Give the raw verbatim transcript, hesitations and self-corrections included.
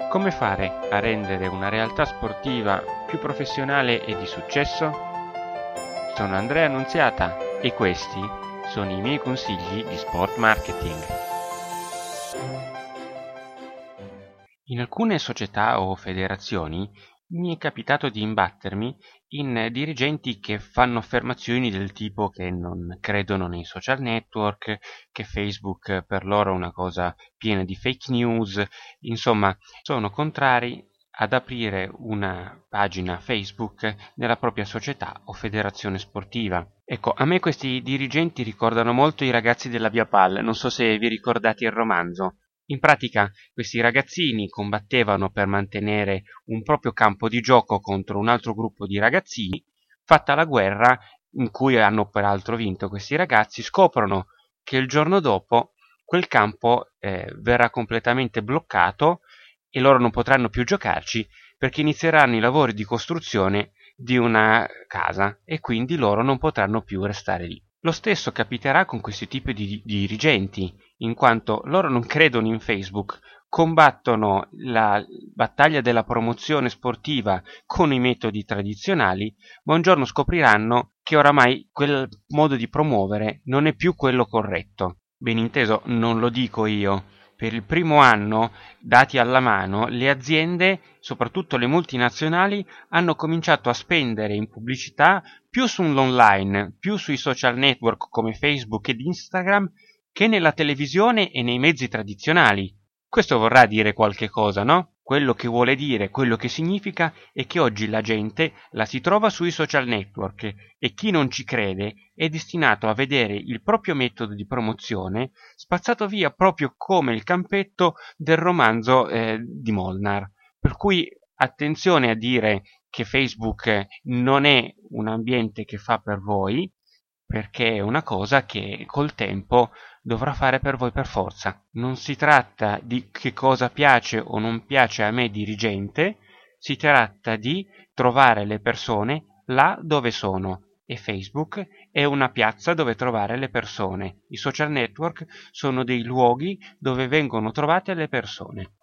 Come fare a rendere una realtà sportiva più professionale e di successo? Sono Andrea Annunziata e questi sono i miei consigli di sport marketing. In alcune società o federazioni mi è capitato di imbattermi in dirigenti che fanno affermazioni del tipo che non credono nei social network, che Facebook per loro è una cosa piena di fake news, insomma sono contrari ad aprire una pagina Facebook nella propria società o federazione sportiva. Ecco, a me questi dirigenti ricordano molto i ragazzi della Via Pal, non so se vi ricordate il romanzo. In pratica questi ragazzini combattevano per mantenere un proprio campo di gioco contro un altro gruppo di ragazzini. Fatta la guerra, in cui hanno peraltro vinto questi ragazzi, scoprono che il giorno dopo quel campo eh, verrà completamente bloccato e loro non potranno più giocarci perché inizieranno i lavori di costruzione di una casa e quindi loro non potranno più restare lì. Lo stesso capiterà con questi tipi di dirigenti, in quanto loro non credono in Facebook, combattono la battaglia della promozione sportiva con i metodi tradizionali, ma un giorno scopriranno che oramai quel modo di promuovere non è più quello corretto. Ben inteso, non lo dico io. Per il primo anno, dati alla mano, le aziende, soprattutto le multinazionali, hanno cominciato a spendere in pubblicità più sull'online, più sui social network come Facebook ed Instagram, che nella televisione e nei mezzi tradizionali. Questo vorrà dire qualche cosa, no? Quello che vuole dire, quello che significa è che oggi la gente la si trova sui social network e chi non ci crede è destinato a vedere il proprio metodo di promozione spazzato via proprio come il campetto del romanzo eh, di Molnar. Per cui attenzione a dire che Facebook non è un ambiente che fa per voi, perché è una cosa che col tempo dovrà fare per voi per forza. Non si tratta di che cosa piace o non piace a me dirigente, si tratta di trovare le persone là dove sono. E Facebook è una piazza dove trovare le persone. I social network sono dei luoghi dove vengono trovate le persone.